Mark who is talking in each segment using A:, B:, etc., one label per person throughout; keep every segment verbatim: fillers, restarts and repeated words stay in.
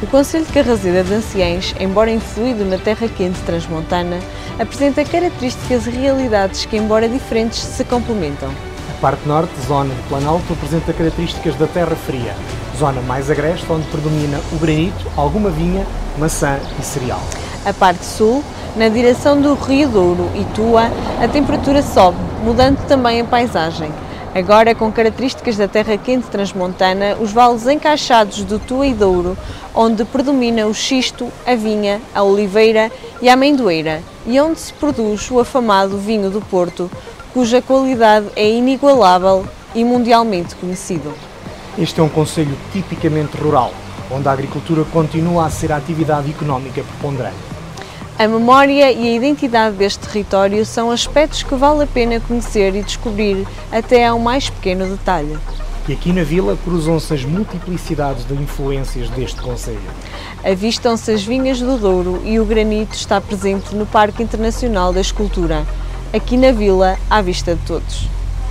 A: concelho de Carraseda de Anciães, embora influído na terra quente transmontana, apresenta características e realidades que, embora diferentes, se complementam.
B: A parte norte, zona de Planalto, apresenta características da terra fria, zona mais agreste, onde predomina o granito, alguma vinha, maçã e cereal.
A: A parte sul, na direção do Rio Douro e Tua, a temperatura sobe, mudando também a paisagem. Agora, com características da terra quente transmontana, os vales encaixados do Tua e Douro, onde predomina o xisto, a vinha, a oliveira e a amendoeira, e onde se produz o afamado vinho do Porto, cuja qualidade é inigualável e mundialmente conhecido.
B: Este é um concelho tipicamente rural, onde a agricultura continua a ser a atividade económica preponderante.
A: A memória e a identidade deste território são aspectos que vale a pena conhecer e descobrir até ao mais pequeno detalhe.
B: E aqui na vila cruzam-se as multiplicidades de influências deste concelho.
A: Avistam-se as vinhas do Douro e o granito está presente no Parque Internacional da Escultura, aqui na vila, à vista de todos.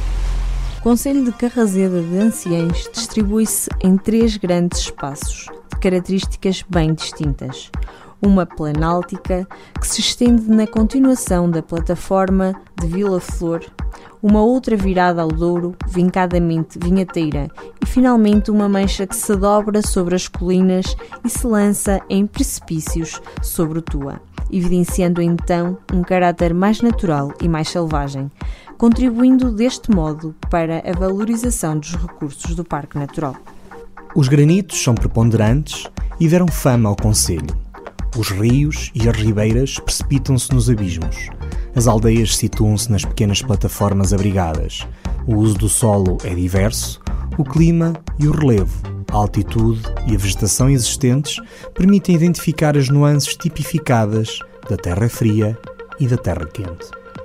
A: O concelho de Carraseda de Anciães distribui-se em três grandes espaços, de características bem distintas. Uma planáltica, que se estende na continuação da plataforma de Vila Flor, uma outra virada ao Douro, vincadamente vinheteira, e finalmente uma mancha que se dobra sobre as colinas e se lança em precipícios sobre o Tua, evidenciando então um caráter mais natural e mais selvagem, contribuindo deste modo para a valorização dos recursos do Parque Natural.
C: Os granitos são preponderantes e deram fama ao concelho. Os rios e as ribeiras precipitam-se nos abismos. As aldeias situam-se nas pequenas plataformas abrigadas. O uso do solo é diverso, o clima e o relevo, a altitude e a vegetação existentes permitem identificar as nuances tipificadas da terra fria e da terra quente.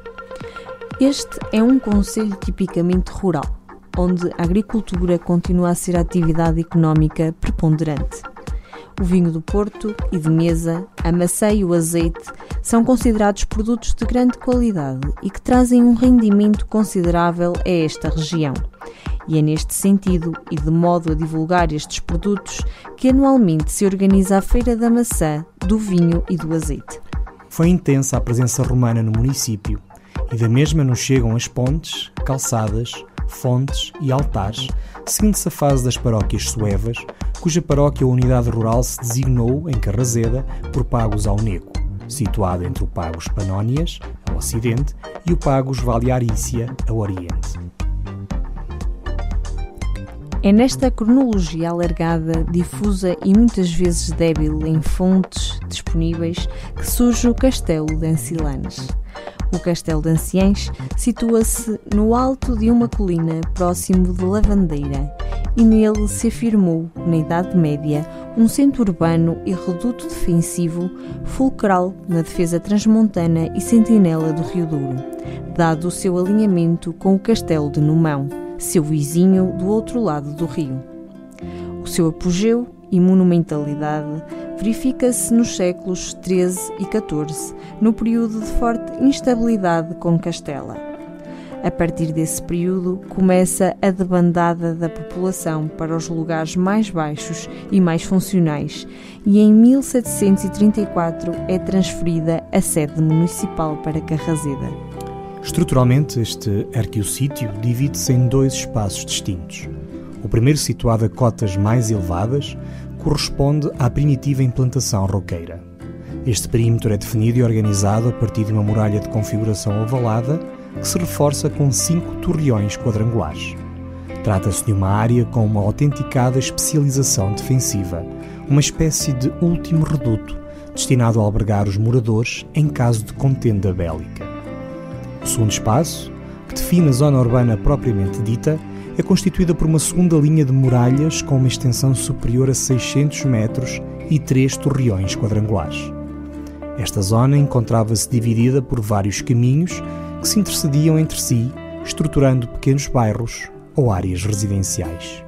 A: Este é um concelho tipicamente rural, onde a agricultura continua a ser a atividade económica preponderante. O vinho do Porto e de mesa, a maçã e o azeite são considerados produtos de grande qualidade e que trazem um rendimento considerável a esta região. E é neste sentido e de modo a divulgar estes produtos que anualmente se organiza a Feira da Maçã, do Vinho e do Azeite.
C: Foi intensa a presença romana no município e da mesma nos chegam as pontes, calçadas, fontes e altares, seguindo-se a fase das paróquias suevas, cuja paróquia ou unidade rural se designou, em Carraseda, por Pagos ao Neco, situado entre o Pagos Panónias, ao ocidente, e o Pagos Valiarícia, ao oriente.
A: É nesta cronologia alargada, difusa e muitas vezes débil em fontes disponíveis que surge o Castelo de Ancilanes. O Castelo de Anciães situa-se no alto de uma colina próximo de Lavandeira e nele se afirmou, na Idade Média, um centro urbano e reduto defensivo fulcral na defesa transmontana e sentinela do Rio Douro, dado o seu alinhamento com o Castelo de Numão, seu vizinho do outro lado do rio. O seu apogeu e monumentalidade verifica-se nos séculos treze e catorze, no período de forte instabilidade com Castela. A partir desse período, começa a debandada da população para os lugares mais baixos e mais funcionais, e em mil setecentos e trinta e quatro é transferida a sede municipal para Carraseda.
C: Estruturalmente, este arqueossítio divide-se em dois espaços distintos. O primeiro, situado a cotas mais elevadas, corresponde à primitiva implantação roqueira. Este perímetro é definido e organizado a partir de uma muralha de configuração ovalada que se reforça com cinco torreões quadrangulares. Trata-se de uma área com uma autenticada especialização defensiva, uma espécie de último reduto destinado a albergar os moradores em caso de contenda bélica. O segundo espaço, que define a zona urbana propriamente dita, é constituída por uma segunda linha de muralhas com uma extensão superior a seiscentos metros e três torreões quadrangulares. Esta zona encontrava-se dividida por vários caminhos que se intercediam entre si, estruturando pequenos bairros ou áreas residenciais.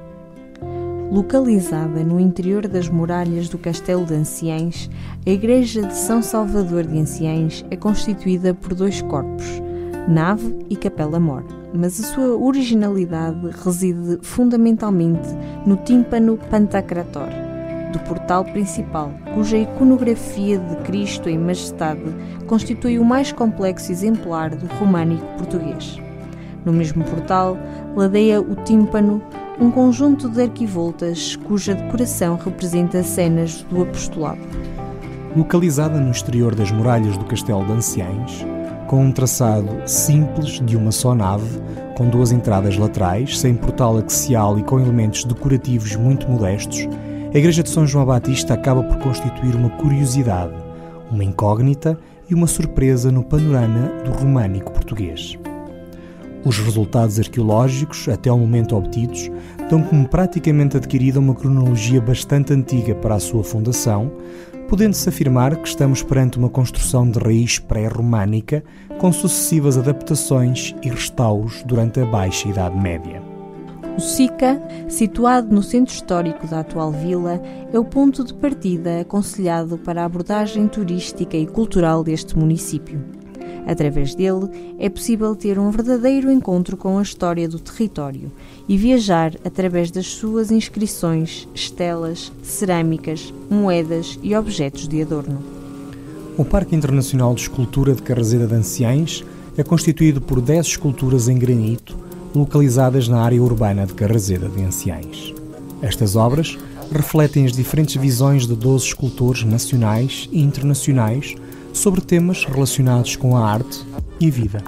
A: Localizada no interior das muralhas do Castelo de Anciães, a Igreja de São Salvador de Anciães é constituída por dois corpos, nave e capela-mor, mas a sua originalidade reside fundamentalmente no tímpano pantocrator, do portal principal, cuja iconografia de Cristo em majestade constitui o mais complexo exemplar do românico português. No mesmo portal, ladeia o tímpano um conjunto de arquivoltas cuja decoração representa cenas do apostolado.
C: Localizada no exterior das muralhas do Castelo de Anciães, com um traçado simples de uma só nave, com duas entradas laterais, sem portal axial e com elementos decorativos muito modestos, a Igreja de São João Batista acaba por constituir uma curiosidade, uma incógnita e uma surpresa no panorama do românico português. Os resultados arqueológicos, até ao momento obtidos, dão como praticamente adquirida uma cronologia bastante antiga para a sua fundação, podendo-se afirmar que estamos perante uma construção de raiz pré-românica com sucessivas adaptações e restauros durante a Baixa Idade Média.
A: O Sica, situado no centro histórico da atual vila, é o ponto de partida aconselhado para a abordagem turística e cultural deste município. Através dele, é possível ter um verdadeiro encontro com a história do território e viajar através das suas inscrições, estelas, cerâmicas, moedas e objetos de adorno.
C: O Parque Internacional de Escultura de Carraseda de Anciães é constituído por dez esculturas em granito, localizadas na área urbana de Carraseda de Anciães. Estas obras refletem as diferentes visões de doze escultores nacionais e internacionais sobre temas relacionados com a arte e a vida.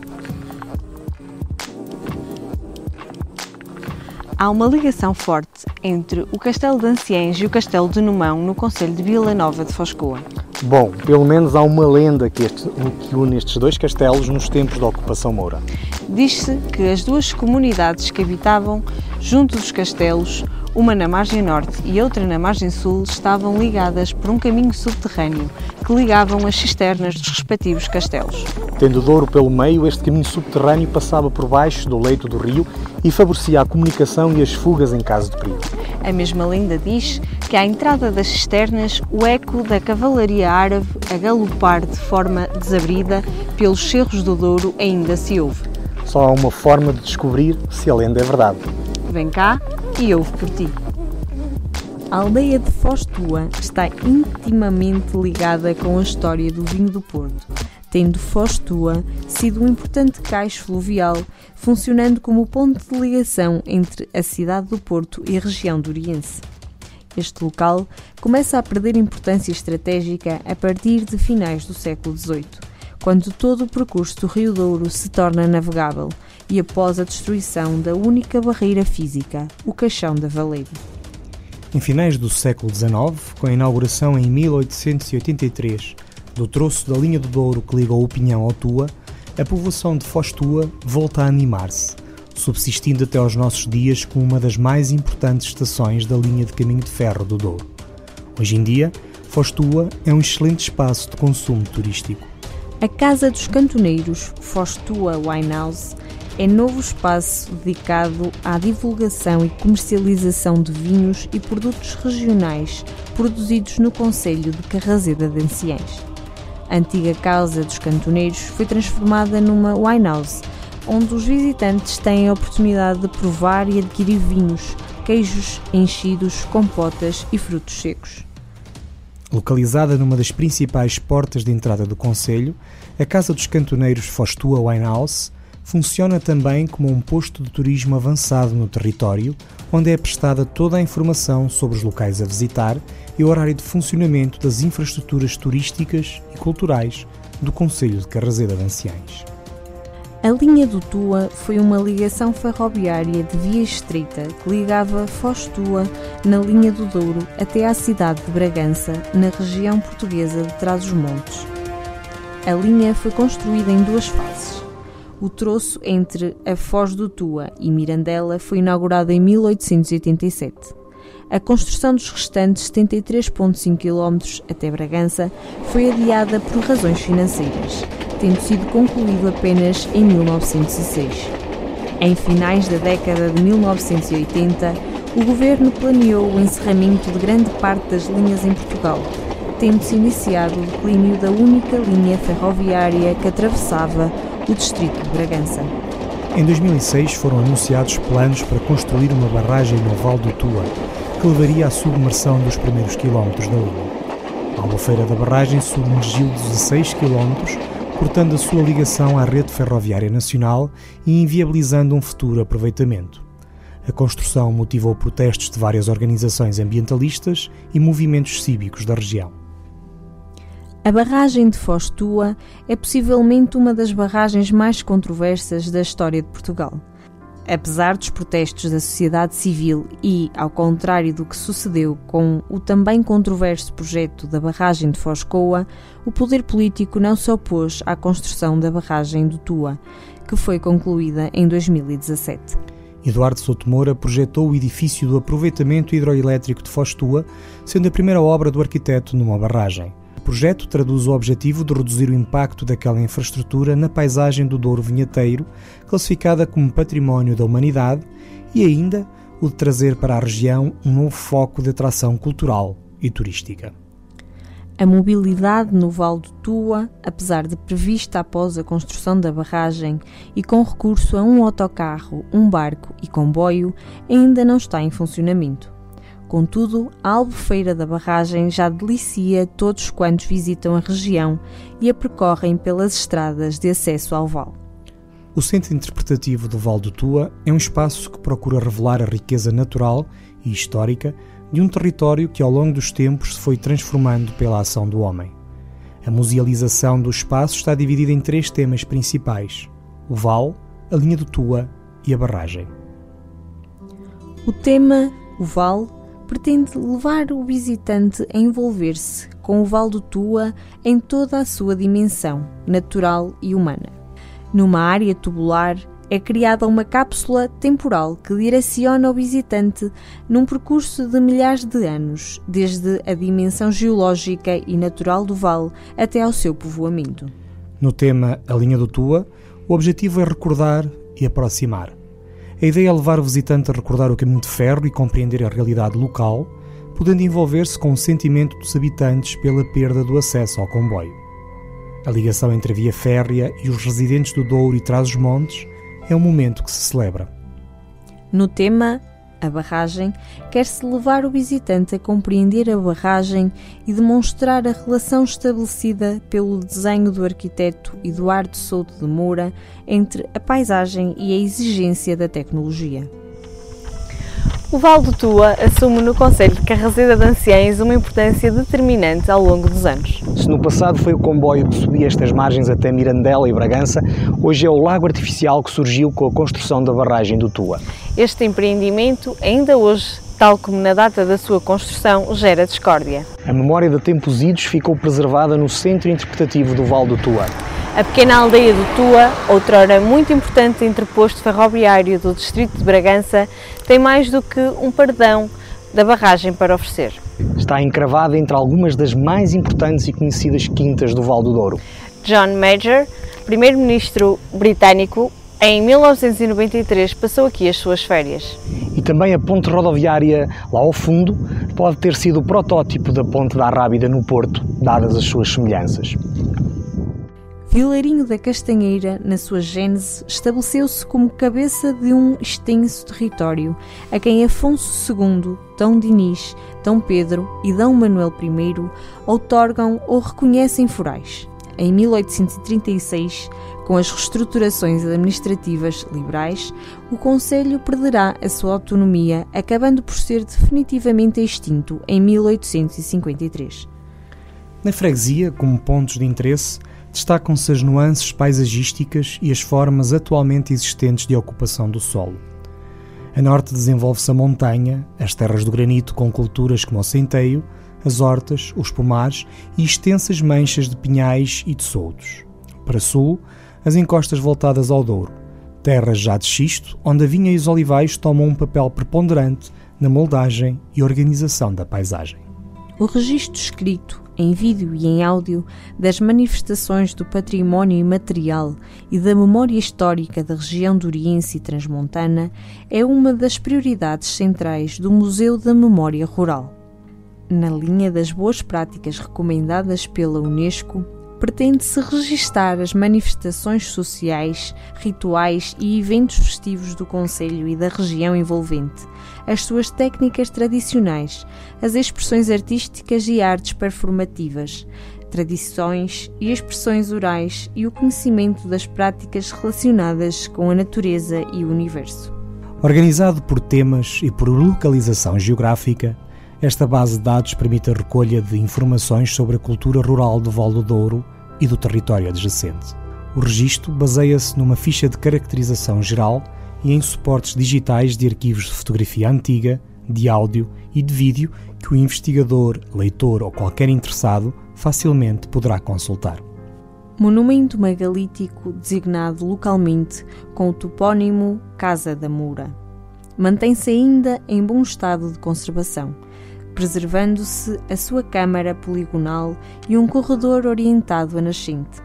A: Há uma ligação forte entre o Castelo de Anciães e o Castelo de Numão no concelho de Vila Nova de Foscoa.
B: Bom, pelo menos há uma lenda que, este, que une estes dois castelos nos tempos da ocupação moura.
A: Diz-se que as duas comunidades que habitavam junto dos castelos, uma na margem norte e outra na margem sul, estavam ligadas por um caminho subterrâneo que ligavam as cisternas dos respectivos castelos.
B: Tendo o Douro pelo meio, este caminho subterrâneo passava por baixo do leito do rio e favorecia a comunicação e as fugas em caso de perigo.
A: A mesma lenda diz que à entrada das cisternas o eco da cavalaria árabe a galopar de forma desabrida pelos cerros do Douro ainda se ouve.
B: Só há uma forma de descobrir se a lenda é verdade.
A: Vem cá e ouve por ti. A aldeia de Foz Tua está intimamente ligada com a história do vinho do Porto, tendo Foz Tua sido um importante cais fluvial, funcionando como ponto de ligação entre a cidade do Porto e a região doriense. Este local começa a perder importância estratégica a partir de finais do século dezoito, quando todo o percurso do Rio Douro se torna navegável e após a destruição da única barreira física, o Caixão da Valeira.
C: Em finais do século dezenove, com a inauguração em mil oitocentos e oitenta e três do troço da linha do Douro que liga o Pinhão ao Tua, a povoação de Foz Tua volta a animar-se, subsistindo até aos nossos dias como uma das mais importantes estações da linha de caminho de ferro do Douro. Hoje em dia, Foz Tua é um excelente espaço de consumo turístico.
A: A Casa dos Cantoneiros, Foz Tua Wine House, é novo espaço dedicado à divulgação e comercialização de vinhos e produtos regionais produzidos no concelho de Carraseda de Anciães. A antiga Casa dos Cantoneiros foi transformada numa wine house, onde os visitantes têm a oportunidade de provar e adquirir vinhos, queijos, enchidos, compotas e frutos secos.
C: Localizada numa das principais portas de entrada do concelho, a Casa dos Cantoneiros Foz Tua Wine House funciona também como um posto de turismo avançado no território, onde é prestada toda a informação sobre os locais a visitar e o horário de funcionamento das infraestruturas turísticas e culturais do concelho de Carraseda de Anciães.
A: A linha do Tua foi uma ligação ferroviária de via estreita que ligava Foz Tua, na linha do Douro, até à cidade de Bragança, na região portuguesa de Trás-os-Montes. A linha foi construída em duas fases. O troço entre a Foz do Tua e Mirandela foi inaugurado em mil oitocentos e oitenta e sete. A construção dos restantes setenta e três vírgula cinco quilómetros até Bragança foi adiada por razões financeiras, tendo sido concluído apenas em mil novecentos e seis. Em finais da década de mil novecentos e oitenta, o governo planeou o encerramento de grande parte das linhas em Portugal, tendo-se iniciado o declínio da única linha ferroviária que atravessava o distrito de Bragança.
C: Em dois mil e seis foram anunciados planos para construir uma barragem no Val do Tua, que que levaria à submersão dos primeiros quilómetros da linha. A Albufeira da Barragem submergiu dezasseis quilómetros, cortando a sua ligação à rede ferroviária nacional e inviabilizando um futuro aproveitamento. A construção motivou protestos de várias organizações ambientalistas e movimentos cívicos da região.
A: A barragem de Foz Tua é possivelmente uma das barragens mais controversas da história de Portugal. Apesar dos protestos da sociedade civil e, ao contrário do que sucedeu com o também controverso projeto da barragem de Foz Coa, o poder político não se opôs à construção da barragem do Tua, que foi concluída em dois mil e dezassete.
C: Eduardo Souto Moura projetou o edifício do aproveitamento hidroelétrico de Foz Tua, sendo a primeira obra do arquiteto numa barragem. O projeto traduz o objetivo de reduzir o impacto daquela infraestrutura na paisagem do Douro Vinheteiro, classificada como Património da Humanidade, e ainda o de trazer para a região um novo foco de atração cultural e turística.
A: A mobilidade no Vale do Tua, apesar de prevista após a construção da barragem e com recurso a um autocarro, um barco e comboio, ainda não está em funcionamento. Contudo, a Albufeira da Barragem já delicia todos quantos visitam a região e a percorrem pelas estradas de acesso ao vale.
C: O Centro Interpretativo do Vale do Tua é um espaço que procura revelar a riqueza natural e histórica de um território que ao longo dos tempos se foi transformando pela ação do homem. A musealização do espaço está dividida em três temas principais: o vale, a linha do Tua e a barragem.
A: O tema, o vale, pretende levar o visitante a envolver-se com o Vale do Tua em toda a sua dimensão, natural e humana. Numa área tubular, é criada uma cápsula temporal que direciona o visitante num percurso de milhares de anos, desde a dimensão geológica e natural do vale até ao seu povoamento.
C: No tema A Linha do Tua, o objetivo é recordar e aproximar. A ideia é levar o visitante a recordar o caminho de ferro e compreender a realidade local, podendo envolver-se com o sentimento dos habitantes pela perda do acesso ao comboio. A ligação entre a via férrea e os residentes do Douro e Trás-os-Montes é um momento que se celebra.
A: No tema, a barragem, quer-se levar o visitante a compreender a barragem e demonstrar a relação estabelecida pelo desenho do arquiteto Eduardo Souto de Moura entre a paisagem e a exigência da tecnologia.
D: O Vale do Tua assume no concelho de Carraseda de Anciães uma importância determinante ao longo dos anos.
B: Se no passado foi o comboio que subia estas margens até Mirandela e Bragança, hoje é o lago artificial que surgiu com a construção da barragem do Tua.
D: Este empreendimento, ainda hoje, tal como na data da sua construção, gera discórdia.
B: A memória de tempos idos ficou preservada no Centro Interpretativo do Vale do Tua.
D: A pequena aldeia do Tua, outrora muito importante interposto ferroviário do distrito de Bragança, tem mais do que um perdão da barragem para oferecer.
B: Está encravada entre algumas das mais importantes e conhecidas quintas do Vale do Douro.
D: John Major, primeiro-ministro britânico, em mil novecentos e noventa e três passou aqui as suas férias.
B: E também a ponte rodoviária lá ao fundo pode ter sido o protótipo da ponte da Arrábida no Porto, dadas as suas semelhanças.
A: Vilarinho da Castanheira, na sua gênese, estabeleceu-se como cabeça de um extenso território, a quem Afonso segundo, D. Dinis, D. Pedro e D. Manuel I outorgam ou reconhecem forais. Em mil oitocentos e trinta e seis, com as reestruturações administrativas liberais, o concelho perderá a sua autonomia, acabando por ser definitivamente extinto em mil oitocentos e cinquenta e três.
C: Na freguesia, como pontos de interesse, destacam-se as nuances paisagísticas e as formas atualmente existentes de ocupação do solo. A norte desenvolve-se a montanha, as terras do granito com culturas como o centeio, as hortas, os pomares e extensas manchas de pinhais e de soldos. Para sul, as encostas voltadas ao Douro, terras já de xisto, onde a vinha e os olivais tomam um papel preponderante na moldagem e organização da paisagem.
A: O registro escrito, em vídeo e em áudio, das manifestações do património imaterial e da memória histórica da região doriense e transmontana é uma das prioridades centrais do Museu da Memória Rural. Na linha das boas práticas recomendadas pela Unesco, pretende-se registar as manifestações sociais, rituais e eventos festivos do concelho e da região envolvente, as suas técnicas tradicionais, as expressões artísticas e artes performativas, tradições e expressões orais e o conhecimento das práticas relacionadas com a natureza e o universo.
C: Organizado por temas e por localização geográfica, esta base de dados permite a recolha de informações sobre a cultura rural do Val do Douro e do território adjacente. O registro baseia-se numa ficha de caracterização geral e em suportes digitais de arquivos de fotografia antiga, de áudio e de vídeo que o investigador, leitor ou qualquer interessado facilmente poderá consultar.
A: Monumento megalítico designado localmente com o topónimo Casa da Moura. Mantém-se ainda em bom estado de conservação, preservando-se a sua câmara poligonal e um corredor orientado a nascente.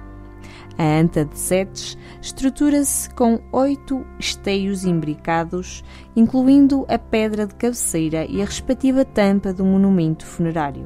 A: A anta de setes estrutura-se com oito esteios imbricados, incluindo a pedra de cabeceira e a respectiva tampa do monumento funerário.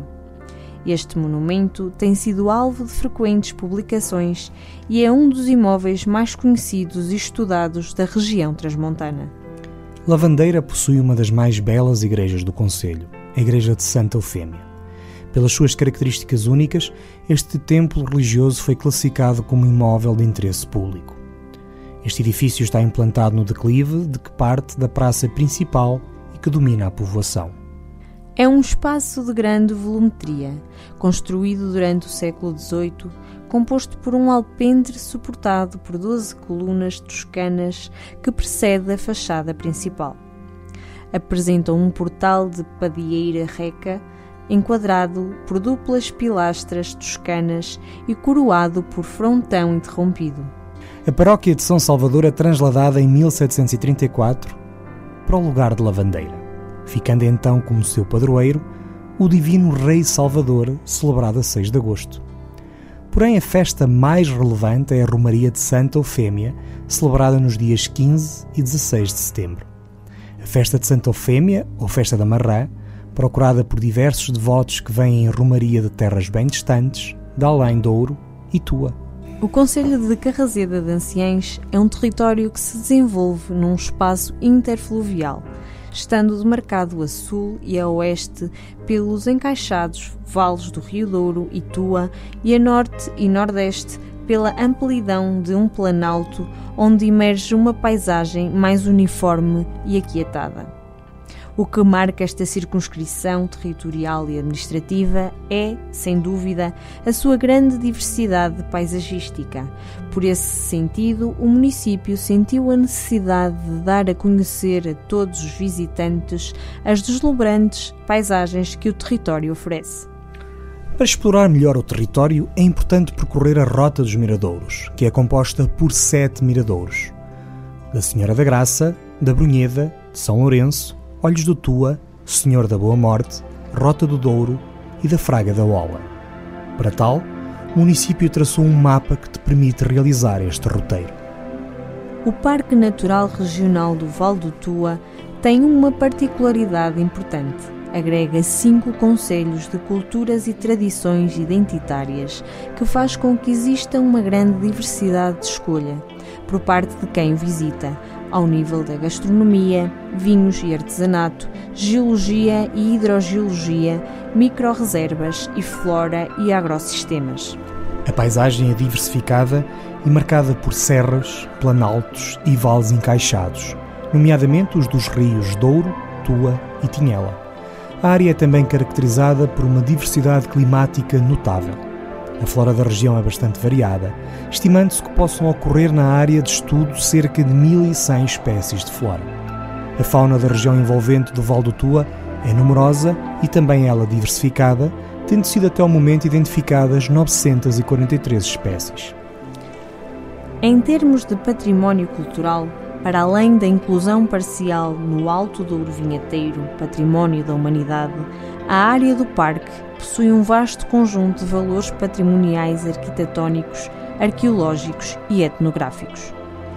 A: Este monumento tem sido alvo de frequentes publicações e é um dos imóveis mais conhecidos e estudados da região transmontana.
C: Lavandeira possui uma das mais belas igrejas do concelho, a Igreja de Santa Eufémia. Pelas suas características únicas, este templo religioso foi classificado como imóvel de interesse público. Este edifício está implantado no declive de que parte da praça principal e que domina a povoação.
A: É um espaço de grande volumetria, construído durante o século dezoito, composto por um alpendre suportado por doze colunas toscanas que precede a fachada principal. Apresenta um portal de padieira reca, enquadrado por duplas pilastras toscanas e coroado por frontão interrompido.
C: A paróquia de São Salvador é transladada em mil setecentos e trinta e quatro para o lugar de Lavandeira, ficando então como seu padroeiro o Divino Rei Salvador, celebrado a seis de agosto. Porém, a festa mais relevante é a Romaria de Santa Eufémia, celebrada nos dias quinze e dezesseis de setembro. A festa de Santa Eufémia, ou Festa da Marrã, procurada por diversos devotos que vêm em romaria de terras bem distantes, de além Douro e Tua.
A: O concelho de Carrazeda de Anciães é um território que se desenvolve num espaço interfluvial, estando demarcado a sul e a oeste pelos encaixados vales do Rio Douro e Tua e a norte e nordeste pela amplidão de um planalto onde emerge uma paisagem mais uniforme e aquietada. O que marca esta circunscrição territorial e administrativa é, sem dúvida, a sua grande diversidade paisagística. Por esse sentido, o município sentiu a necessidade de dar a conhecer a todos os visitantes as deslumbrantes paisagens que o território oferece.
C: Para explorar melhor o território, é importante percorrer a Rota dos Miradouros, que é composta por sete miradouros: da Senhora da Graça, da Brunheda, de São Lourenço, Olhos do Tua, Senhor da Boa Morte, Rota do Douro e da Fraga da Ola. Para tal, o município traçou um mapa que te permite realizar este roteiro.
A: O Parque Natural Regional do Val do Tua tem uma particularidade importante. Agrega cinco concelhos de culturas e tradições identitárias, que faz com que exista uma grande diversidade de escolha, por parte de quem o visita, ao nível da gastronomia, vinhos e artesanato, geologia e hidrogeologia, micro-reservas e flora e agrossistemas.
C: A paisagem é diversificada e marcada por serras, planaltos e vales encaixados, nomeadamente os dos rios Douro, Tua e Tinhela. A área é também caracterizada por uma diversidade climática notável. A flora da região é bastante variada, estimando-se que possam ocorrer na área de estudo cerca de mil e cem espécies de flora. A fauna da região envolvente do Val do Tua é numerosa e também ela diversificada, tendo sido até o momento identificadas novecentas e quarenta e três espécies.
A: Em termos de património cultural, para além da inclusão parcial no Alto Douro Vinheteiro, património da humanidade, a área do parque possui um vasto conjunto de valores patrimoniais arquitetónicos, arqueológicos e etnográficos.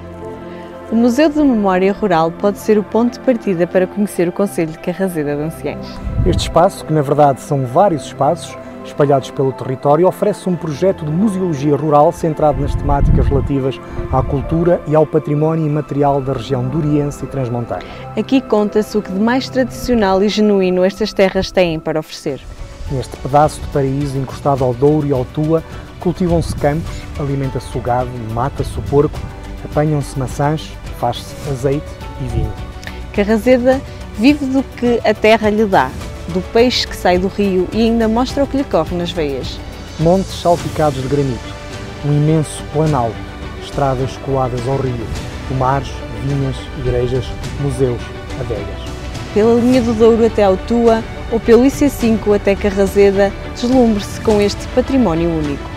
D: O Museu de Memória Rural pode ser o ponto de partida para conhecer o concelho de Carrazeda de Anciães.
B: Este espaço, que na verdade são vários espaços, espalhados pelo território, oferece um projeto de museologia rural centrado nas temáticas relativas à cultura e ao património imaterial da região duriense e transmontana.
D: Aqui conta-se o que de mais tradicional e genuíno estas terras têm para oferecer.
B: Neste pedaço de paraíso encostado ao Douro e ao Tua, cultivam-se campos, alimenta-se o gado, mata-se o porco, apanham-se maçãs, faz-se azeite e vinho.
D: Carraseda vive do que a terra lhe dá, do peixe que sai do rio e ainda mostra o que lhe corre nas veias.
B: Montes salpicados de granito, um imenso planalto, estradas coladas ao rio, pomares, vinhas, igrejas, museus, adegas.
D: Pela linha do Douro até ao Tua ou pelo I C cinco até Carraseda, deslumbre-se com este património único.